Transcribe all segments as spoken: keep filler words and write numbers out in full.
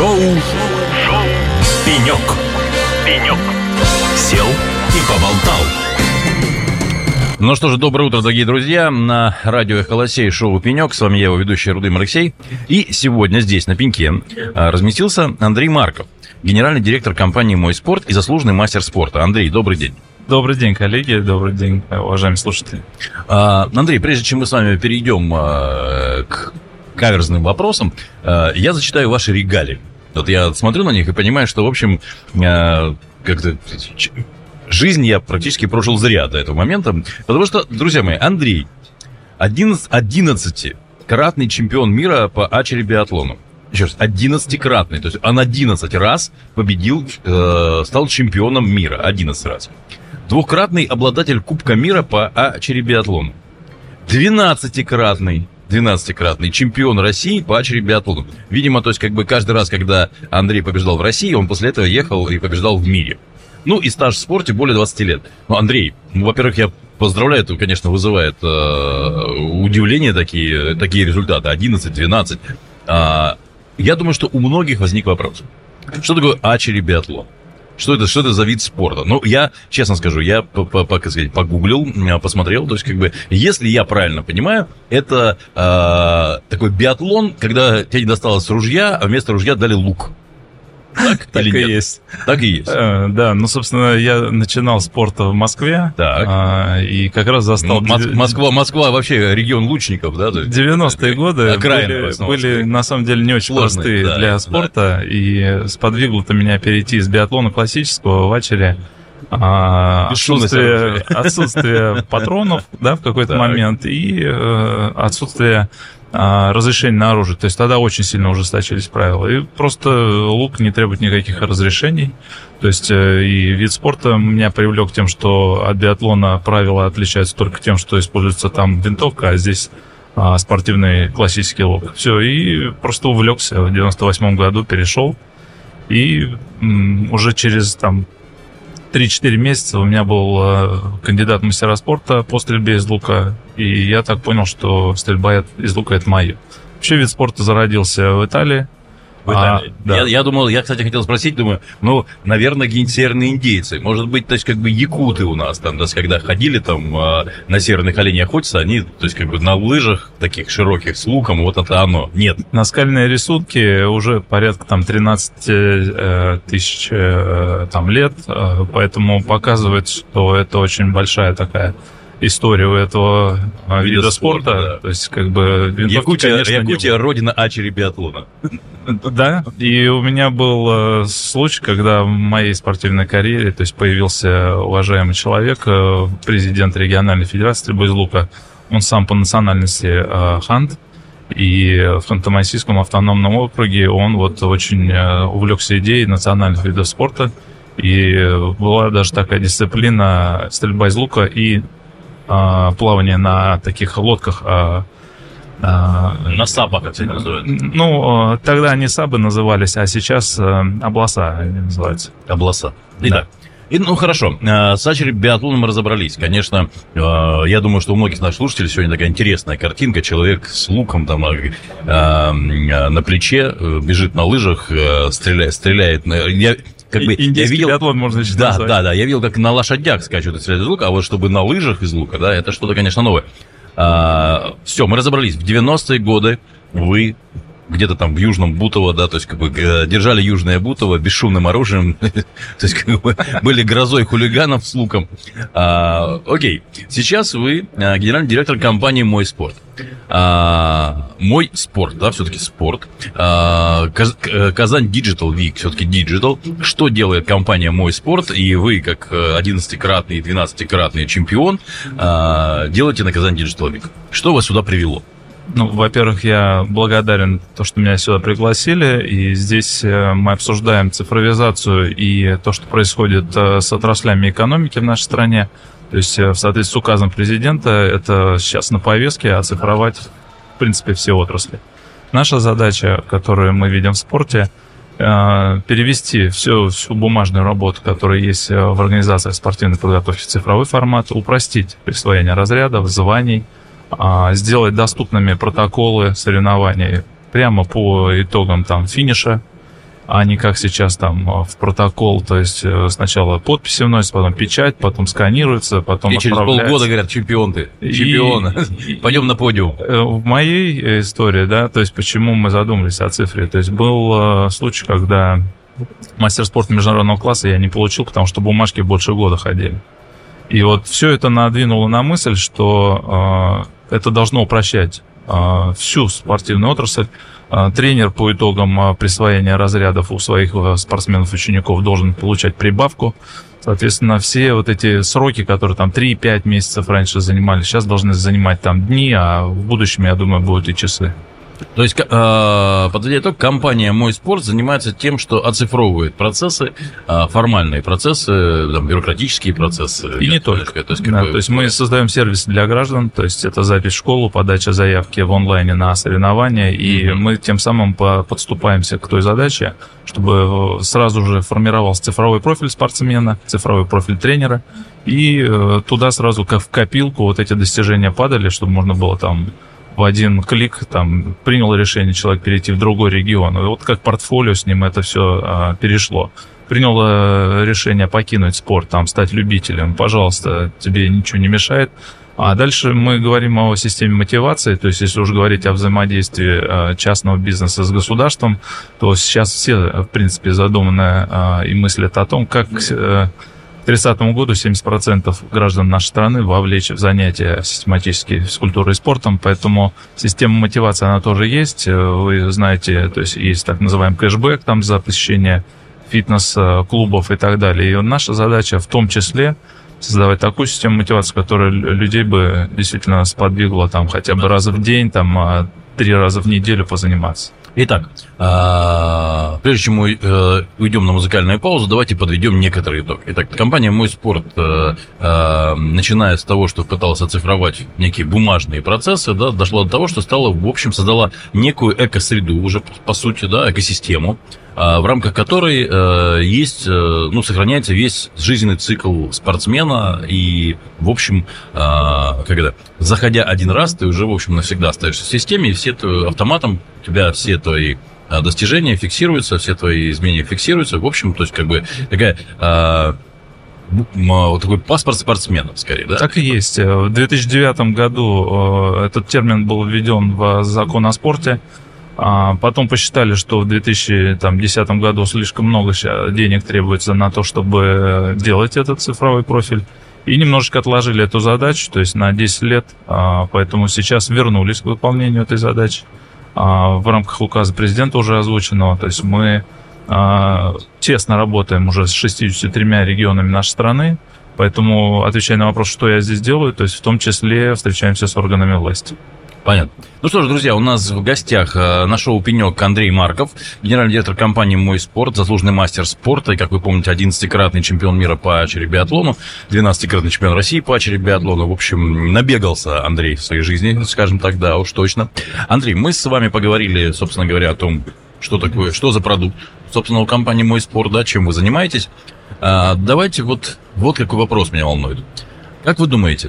Шоу Шоу Пенек. Пенек. Сел и поболтал. Ну что же, доброе утро, дорогие друзья. На радио «Эхо Лосей» шоу «Пенек». С вами я, его ведущий Рудым Алексей. И сегодня здесь, на пеньке, разместился Андрей Марков, генеральный директор компании «Мой спорт» и заслуженный мастер спорта. Андрей, добрый день. Добрый день, коллеги, добрый день, уважаемые слушатели. А, Андрей, прежде чем мы с вами перейдем а, к каверзным вопросам, а, я зачитаю ваши регалии. Вот я смотрю на них и понимаю, что, в общем, а, как-то... Жизнь я практически прожил зря до этого момента, потому что, друзья мои, Андрей одиннадцатикратный чемпион мира по ачери-биатлону. Еще раз, одиннадцатикратный, то есть он одиннадцать раз победил, э, стал чемпионом мира, одиннадцать раз. Двухкратный обладатель Кубка мира по ачери-биатлону. Двенадцатикратный, двенадцатикратный чемпион России по ачери-биатлону. Видимо, то есть как бы каждый раз, когда Андрей побеждал в России, он после этого ехал и побеждал в мире. Ну и стаж в спорте более двадцати лет. Ну, Андрей, ну, во-первых, я поздравляю, это, конечно, вызывает э, удивление такие, такие результаты. одиннадцать, двенадцать. А, я думаю, что у многих возник вопрос. Что такое ачери-биатлон? Что это, что это за вид спорта? Ну, я, честно скажу, я погуглил, посмотрел. То есть, как бы, если я правильно понимаю, это э, такой биатлон, когда тебе не досталось ружья, а вместо ружья дали лук. Так, так и нет? есть. Так и есть. Э, да, ну, собственно, я начинал спорт в Москве. Так. А, и как раз застал... Ну, Моск- Москва, Москва вообще регион лучников, да? девяностые годы Окраины, были, были, на самом деле, не очень сложные, простые да, для спорта. Да. И сподвигло-то меня перейти из биатлона классического в ачери. А, отсутствие, отсутствие патронов, да, в какой-то так. момент. И э, отсутствие... разрешение на оружие. То есть тогда очень сильно ужесточились правила. И просто лук не требует никаких разрешений. То есть и вид спорта меня привлек тем, что от биатлона правила отличаются только тем, что используется там винтовка, а здесь а, спортивный классический лук. Все, и просто увлекся. В девяносто восьмом году перешел. И м, уже через там три-четыре месяца у меня был э, кандидат в мастера спорта по стрельбе из лука, и я так понял, что стрельба из лука — это мое. Вообще вид спорта зародился в Италии. В Италии. А, да. я, я думал, я, кстати, хотел спросить, думаю, ну, наверное, какие-нибудь северные индейцы, может быть, то есть, как бы якуты у нас там, то есть, когда ходили там э, на северных оленей охотиться, они, то есть, как бы на лыжах таких широких с луком, вот это оно. Нет. Наскальные рисунки уже порядка там тринадцать э, тысяч э, там лет, э, поэтому показывает, что это очень большая такая история у этого вида, вида спорта, спорта да. То есть, как бы... Якутия, Якутия родина ачери-биатлона. Да, и у меня был случай, когда в моей спортивной карьере, то есть, появился уважаемый человек, президент региональной федерации стрельбы из лука. Он сам по национальности хант, и в Ханты-Мансийском автономном округе он вот очень увлекся идеей национальных видов спорта, и была даже такая дисциплина стрельба из лука и плавание на таких лодках. На сабах, как это называют? Ну, тогда они сабы назывались, а сейчас обласа они называются. Обласа. Да. И, ну, хорошо, с ачери-биатлоном мы разобрались. Конечно, я думаю, что у многих наших слушателей сегодня такая интересная картинка. Человек с луком там на плече бежит на лыжах, стреляет, стреляет. Я, как бы, Индийский я видел, биатлон можно еще да, назвать. Да, да, я видел, как на лошадях скачут и стреляют из лука, а вот чтобы на лыжах из лука, да, это что-то, конечно, новое. А, все, мы разобрались. В девяностые годы вы где-то там в Южном Бутово, да, то есть как бы держали Южное Бутово бесшумным оружием, то есть как бы были грозой хулиганов с луком. А, окей, сейчас вы а, генеральный директор компании «Мой спорт». А, «Мой спорт», да, все-таки спорт. А, Казань Digital Week, все-таки Digital. Что делает компания «Мой спорт», и вы, как одиннадцатикратный и двенадцатикратный чемпион, а, делаете на Казань Digital Week? Что вас сюда привело? Ну, во-первых, я благодарен то, что меня сюда пригласили, и здесь мы обсуждаем цифровизацию и то, что происходит с отраслями экономики в нашей стране. То есть, в соответствии с указом президента, это сейчас на повестке оцифровать, в принципе, все отрасли. Наша задача, которую мы видим в спорте, перевести всю, всю бумажную работу, которая есть в организациях спортивной подготовки, в цифровой формат, упростить присвоение разрядов, званий, сделать доступными протоколы соревнований прямо по итогам там финиша, а не как сейчас там в протокол, то есть сначала подписи вносятся, потом печать, потом сканируется, потом и через полгода говорят, чемпион ты, чемпион, и, пойдем на подиум. В моей истории, да, то есть почему мы задумались о цифре, то есть был случай, когда мастер спорта международного класса я не получил, потому что бумажки больше года ходили. И вот все это надвинуло на мысль, что э, это должно упрощать э, всю спортивную отрасль. Э, тренер по итогам э, присвоения разрядов у своих э, спортсменов-учеников должен получать прибавку. Соответственно, все вот эти сроки, которые там три-пять месяцев раньше занимали, сейчас должны занимать там дни, а в будущем, я думаю, будут и часы. То есть, э, подводя итог, компания «Мой спорт» занимается тем, что оцифровывает процессы, э, формальные процессы, там, бюрократические процессы. И не только. То есть, да, то есть мы создаем сервис для граждан, то есть это запись в школу, подача заявки в онлайне на соревнования, и mm-hmm. мы тем самым подступаемся к той задаче, чтобы сразу же формировался цифровой профиль спортсмена, цифровой профиль тренера, и э, туда сразу как в копилку вот эти достижения падали, чтобы можно было там в один клик там принял решение человек перейти в другой регион. И вот как портфолио с ним это все а, перешло. Принял а, решение покинуть спорт, там, стать любителем. Пожалуйста, тебе ничего не мешает. А дальше мы говорим о системе мотивации. То есть, если уж говорить о взаимодействии а, частного бизнеса с государством, то сейчас все, в принципе, задуманы а, и мыслят о том, как... А, к тридцатому году семьдесят процентов граждан нашей страны вовлечь в занятия систематически физкультурой и спортом, поэтому система мотивации, она тоже есть. Вы знаете, то есть есть так называемый кэшбэк там за посещение фитнес-клубов и так далее. И наша задача в том числе создавать такую систему мотивации, которая людей бы действительно сподвигла там хотя бы раз в день, там три раза в неделю позаниматься. Итак, прежде чем мы уйдем на музыкальную паузу, давайте подведем некоторый итог. Итак, компания «Мой спорт», начиная с того, что пыталась оцифровать некие бумажные процессы, да, дошла до того, что стала, в общем, создала некую экосреду уже, по сути, да, экосистему, в рамках которой э, есть, э, ну, сохраняется весь жизненный цикл спортсмена, и, в общем, э, когда заходя один раз, ты уже, в общем, навсегда остаешься в системе, и все твои, автоматом у тебя все твои достижения фиксируются, все твои изменения фиксируются, в общем, то есть, как бы, такая... Э, вот такой паспорт спортсмена, скорее, да? Так и есть. В две тысячи девятом году э, этот термин был введен в закон о спорте. А потом посчитали, что в две тысячи десятом году слишком много денег требуется на то, чтобы делать этот цифровой профиль. И немножечко отложили эту задачу, то есть на десять лет. Поэтому сейчас вернулись к выполнению этой задачи. В рамках указа президента уже озвученного. То есть мы тесно работаем уже с шестьюдесятью тремя регионами нашей страны. Поэтому, отвечая на вопрос, что я здесь делаю, то есть в том числе встречаемся с органами власти. Понятно. Ну что ж, друзья, у нас в гостях на шоу «Пенек» Андрей Марков, генеральный директор компании «Мой спорт», заслуженный мастер спорта и, как вы помните, одиннадцатикратный чемпион мира по ачери-биатлону, двенадцатикратный чемпион России по ачери-биатлону. В общем, набегался Андрей в своей жизни, скажем так, да, уж точно. Андрей, мы с вами поговорили, собственно говоря, о том, что такое, что за продукт, собственно, у компании «Мой спорт», да, чем вы занимаетесь. А, давайте вот, вот какой вопрос меня волнует. Как вы думаете,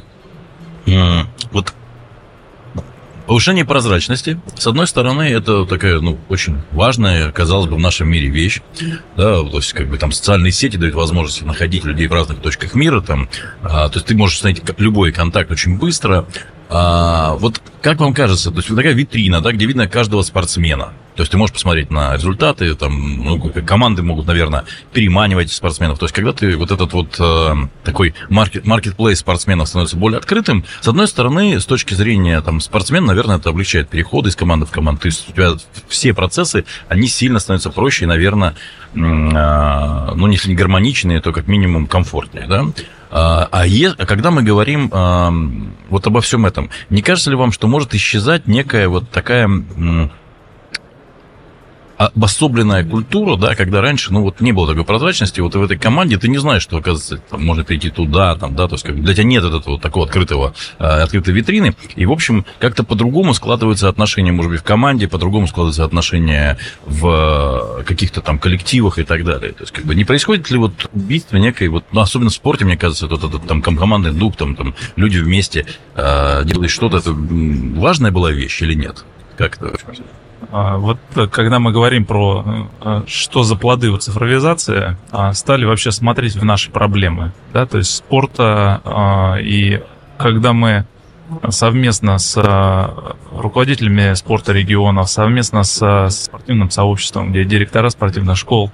вот повышение прозрачности, с одной стороны, это такая, ну, очень важная, казалось бы, в нашем мире вещь, да, то есть, как бы, там, социальные сети дают возможность находить людей в разных точках мира, там, а, то есть, ты можешь найти любой контакт очень быстро. А, вот, как вам кажется, то есть, вот такая витрина, да, где видно каждого спортсмена, то есть, ты можешь посмотреть на результаты, там, ну, команды могут, наверное, переманивать спортсменов, то есть, когда ты вот этот вот э, такой маркет, маркетплейс спортсменов становится более открытым, с одной стороны, с точки зрения, там, спортсмена, наверное, это облегчает переходы из команды в команду, то есть, у тебя все процессы, они сильно становятся проще и, наверное, э, ну, если не гармоничнее, то, как минимум, комфортнее, да. А, а, е, а когда мы говорим а, вот обо всем этом, не кажется ли вам, что может исчезать некая вот такая м, обособленная культура, да, когда раньше, ну, вот не было такой прозрачности, вот в этой команде ты не знаешь, что, оказывается, там, можно перейти туда, там, да, то есть, как, для тебя нет этого вот такого открытого, открытой витрины, и, в общем, как-то по-другому складываются отношения, может быть, в команде, по-другому складываются отношения в каких-то там коллективах и так далее, то есть, как бы, не происходит ли вот убийство некой, вот, ну, особенно в спорте, мне кажется, вот этот там командный дух, там, там, люди вместе э, делают что-то, это важная была вещь или нет? Как это? Вот когда мы говорим про что за плоды у цифровизации, стали вообще смотреть в наши проблемы, да, то есть спорта, и когда мы совместно с руководителями спорта регионов, совместно с спортивным сообществом, где директора спортивных школ,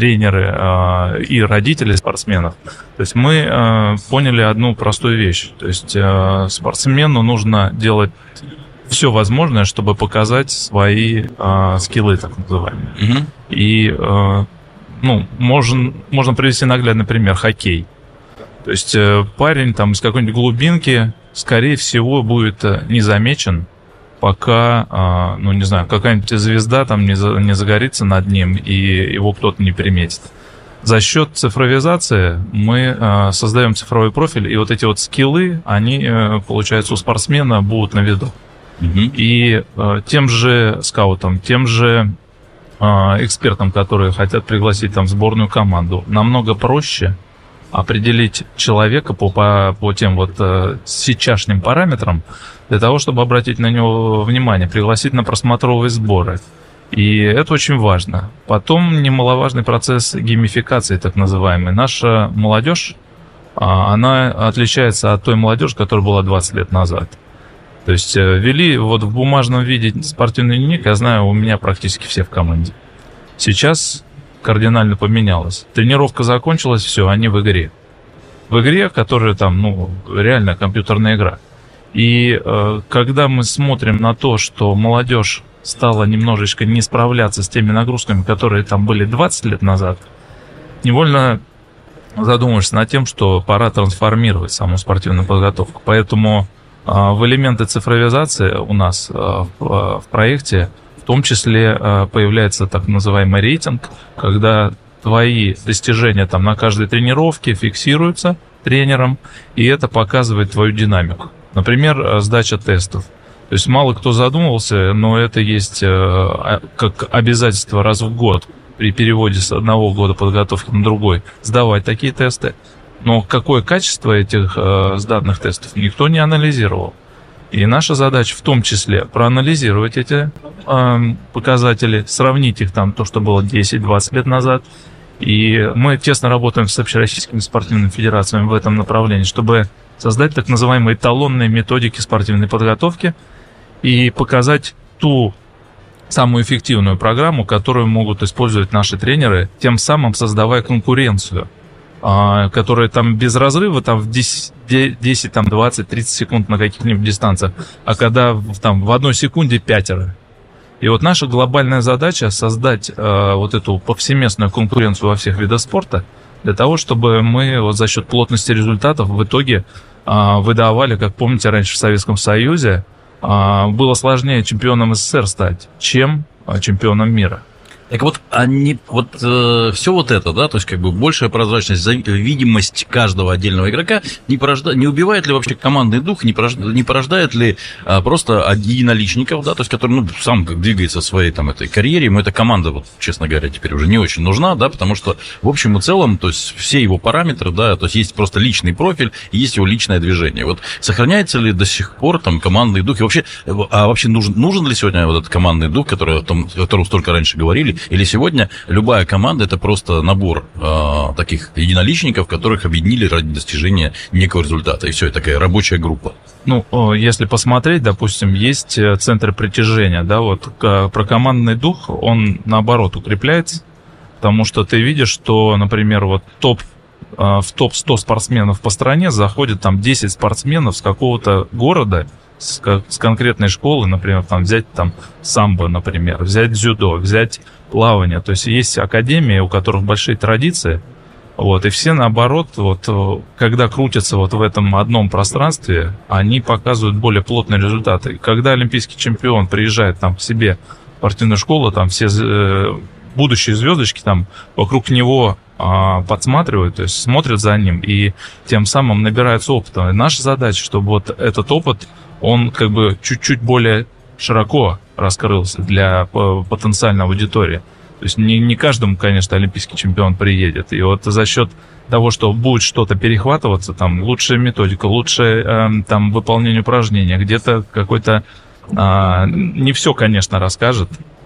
тренеры и родители спортсменов, то есть мы поняли одну простую вещь, то есть спортсмену нужно делать все возможное, чтобы показать свои э, скиллы, так называемые. Uh-huh. И, э, ну, можно, можно привести наглядный пример: хоккей. То есть э, парень там из какой-нибудь глубинки, скорее всего, будет э, не замечен, пока, э, ну, не знаю, какая-нибудь звезда там не, за, не загорится над ним, и его кто-то не приметит. За счет цифровизации мы э, создаем цифровой профиль, и вот эти вот скиллы, они, э, получается, у спортсмена будут на виду. Uh-huh. И э, тем же скаутам, тем же э, экспертам, которые хотят пригласить там в сборную команду, намного проще определить человека по, по, по тем вот э, сейчасшним параметрам, для того, чтобы обратить на него внимание, пригласить на просмотровые сборы. И это очень важно. Потом немаловажный процесс геймификации, так называемый. Наша молодежь, э, она отличается от той молодежи, которая была двадцать лет назад. То есть ввели вот в бумажном виде спортивный дневник, я знаю, у меня практически все в команде. Сейчас кардинально поменялось. Тренировка закончилась, все, они в игре. В игре, которая там, ну, реально компьютерная игра. И э, когда мы смотрим на то, что молодежь стала немножечко не справляться с теми нагрузками, которые там были двадцать лет назад, невольно задумаешься над тем, что пора трансформировать саму спортивную подготовку. Поэтому в элементы цифровизации у нас в проекте в том числе появляется так называемый рейтинг, когда твои достижения там на каждой тренировке фиксируются тренером, и это показывает твою динамику. Например, сдача тестов. То есть мало кто задумывался, но это есть как обязательство раз в год при переводе с одного года подготовки на другой сдавать такие тесты. Но какое качество этих э, сданных тестов никто не анализировал. И наша задача в том числе проанализировать эти э, показатели, сравнить их там, то, что было десять-двадцать лет назад. И мы тесно работаем с общероссийскими спортивными федерациями в этом направлении, чтобы создать так называемые эталонные методики спортивной подготовки и показать ту самую эффективную программу, которую могут использовать наши тренеры, тем самым создавая конкуренцию, которые там без разрыва там в десять, десять, там двадцать, тридцать секунд на каких-нибудь дистанциях, а когда там в одной секунде пятеро. И вот наша глобальная задача создать э, вот эту повсеместную конкуренцию во всех видах спорта, для того, чтобы мы вот за счет плотности результатов в итоге э, выдавали, как помните, раньше в Советском Союзе э, было сложнее чемпионом СССР стать, чем э, чемпионом мира. Так вот, они, вот э, все вот это, да, то есть как бы большая прозрачность, видимость каждого отдельного игрока не, порожда, не убивает ли вообще командный дух, не, порожда, не порождает ли а, просто единоличников, да, то есть который, ну, сам как двигается в своей там этой карьере, ему эта команда, вот, честно говоря, теперь уже не очень нужна, да, потому что в общем и целом, то есть все его параметры, да, то есть есть просто личный профиль, есть его личное движение. Вот сохраняется ли до сих пор там командный дух, и вообще, а вообще нужен, нужен ли сегодня вот этот командный дух, который, о котором столько раньше говорили? Или сегодня любая команда — это просто набор э, таких единоличников, которых объединили ради достижения некого результата. И все, это такая рабочая группа. Ну, если посмотреть, допустим, есть центры притяжения, да, вот про командный дух, он наоборот укрепляется, потому что ты видишь, что, например, вот топ, в топ сто спортсменов по стране заходит там десять спортсменов с какого-то города, с, с конкретной школы, например, там взять там самбо, например, взять дзюдо, взять плавание. То есть есть академии, у которых большие традиции, вот, и все наоборот, вот, когда крутятся вот в этом одном пространстве, они показывают более плотные результаты. И когда олимпийский чемпион приезжает там к себе в спортивную школу, там все э, будущие звездочки там вокруг него э, подсматривают, то есть смотрят за ним и тем самым набираются опыта. И наша задача, чтобы вот этот опыт, он как бы чуть-чуть более широко раскрылся для потенциальной аудитории. То есть не, не каждому, конечно, олимпийский чемпион приедет. И вот за счет того, что будет что-то перехватываться, там лучшая методика, лучшее э, там выполнение упражнения, где-то какой-то... Э, не все, конечно, расскажет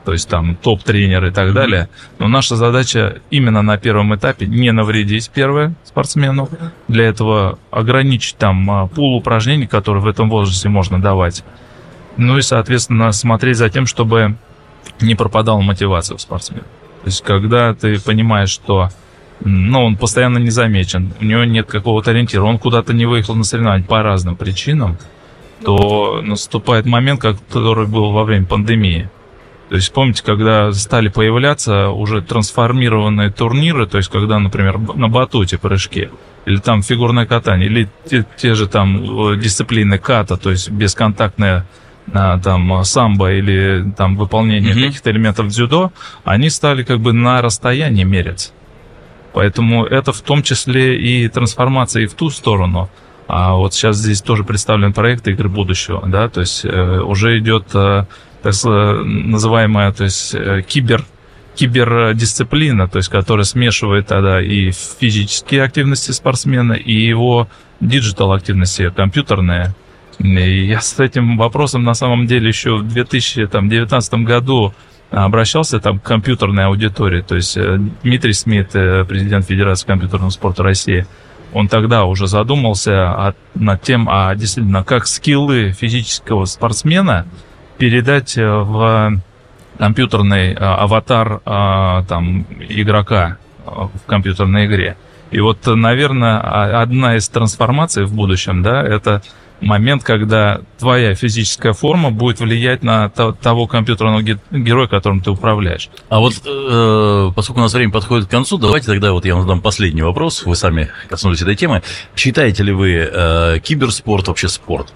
то есть там топ-тренеры и так далее. Но наша задача именно на первом этапе не навредить первое спортсмену. Для этого ограничить там пул упражнений, которые в этом возрасте можно давать. Ну и, соответственно, смотреть за тем, чтобы не пропадала мотивация у спортсмена. То есть когда ты понимаешь, что ну, он постоянно не замечен, у него нет какого-то ориентира, он куда-то не выехал на соревнования по разным причинам, то наступает момент, который был во время пандемии. То есть помните, когда стали появляться уже трансформированные турниры, то есть когда, например, на батуте прыжки, или там фигурное катание, или те, те же там дисциплины ката, то есть бесконтактная там самбо или там выполнение mm-hmm. каких-то элементов дзюдо, они стали как бы на расстоянии меряться. Поэтому это в том числе и трансформация и в ту сторону. А вот сейчас здесь тоже представлен проект игры будущего, да, то есть э, уже идет э, так называемая, то есть э, кибер кибердисциплина, то есть которая смешивает тогда и физические активности спортсмена, и его диджитал активности компьютерные. И я с этим вопросом на самом деле еще в две тысячи девятнадцатом году обращался там к компьютерной аудитории. То есть Дмитрий Смит, президент Федерации компьютерного спорта России, он тогда уже задумался над тем, а действительно, как скиллы физического спортсмена передать в компьютерный аватар там, игрока в компьютерной игре. И вот, наверное, одна из трансформаций в будущем, да, это момент, когда твоя физическая форма будет влиять на того компьютерного героя, которым ты управляешь. А вот э, поскольку у нас время подходит к концу, давайте тогда вот я вам задам последний вопрос. Вы сами коснулись этой темы. Считаете ли вы э, киберспорт вообще спорт?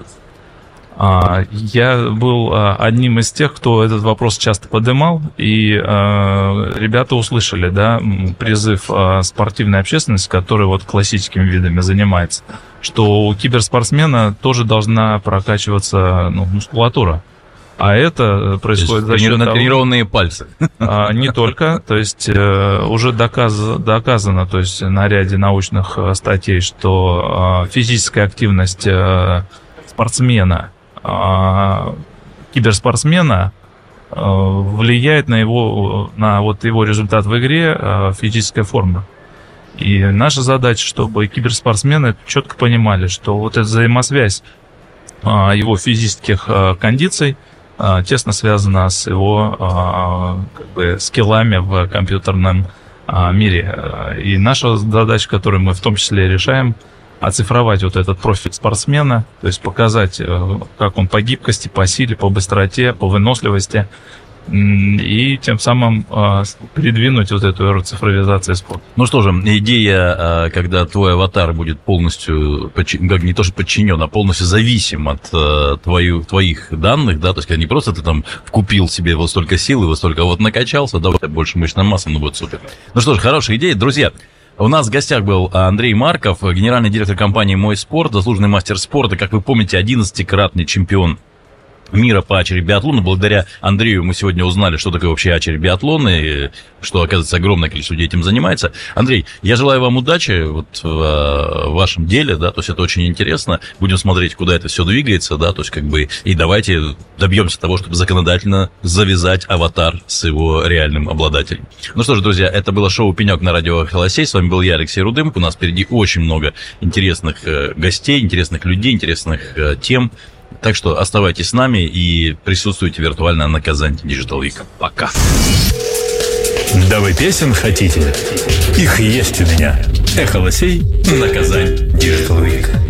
Я был одним из тех, кто этот вопрос часто поднимал, и ребята услышали, да, призыв спортивной общественности, которая вот классическими видами занимается, что у киберспортсмена тоже должна прокачиваться, ну, мускулатура. А это происходит за счет того... Натренированные пальцы. Не только, то есть уже доказ, доказано, то есть на ряде научных статей, что физическая активность спортсмена, киберспортсмена влияет на его, на вот его результат в игре, физическая форма. И наша задача, чтобы киберспортсмены четко понимали, что вот эта взаимосвязь его физических кондиций тесно связана с его как бы скиллами в компьютерном мире. И наша задача, которую мы в том числе решаем, оцифровать вот этот профиль спортсмена, то есть показать, как он по гибкости, по силе, по быстроте, по выносливости, и тем самым передвинуть вот эту эру цифровизации спорта. Ну что же, идея, когда твой аватар будет полностью, как не то что подчинен, а полностью зависим от твою, твоих данных, да, то есть не просто ты там купил себе вот столько сил и вот столько вот накачался, да, больше мышечной массы, ну вот супер. Ну что ж, хорошая идея, друзья. У нас в гостях был Андрей Марков, генеральный директор компании «Мой спорт», заслуженный мастер спорта, как вы помните, одиннадцатикратный чемпион мира по ачеребиатлону. Благодаря Андрею мы сегодня узнали, что такое вообще ачеребиатлон и что, оказывается, огромное количество людей этим занимается. Андрей, я желаю вам удачи вот в вашем деле, да, то есть это очень интересно. Будем смотреть, куда это все двигается, да, то есть как бы и давайте добьемся того, чтобы законодательно завязать аватар с его реальным обладателем. Ну что ж, друзья, это было шоу «Пенек» на радио «Холосей». С вами был я, Алексей Рудым. У нас впереди очень много интересных гостей, интересных людей, интересных тем. Так что оставайтесь с нами и присутствуйте виртуально на Казань Digital Week. Пока. Да вы песен хотите? Их есть у меня. Эхолосей на Казань Digital Week.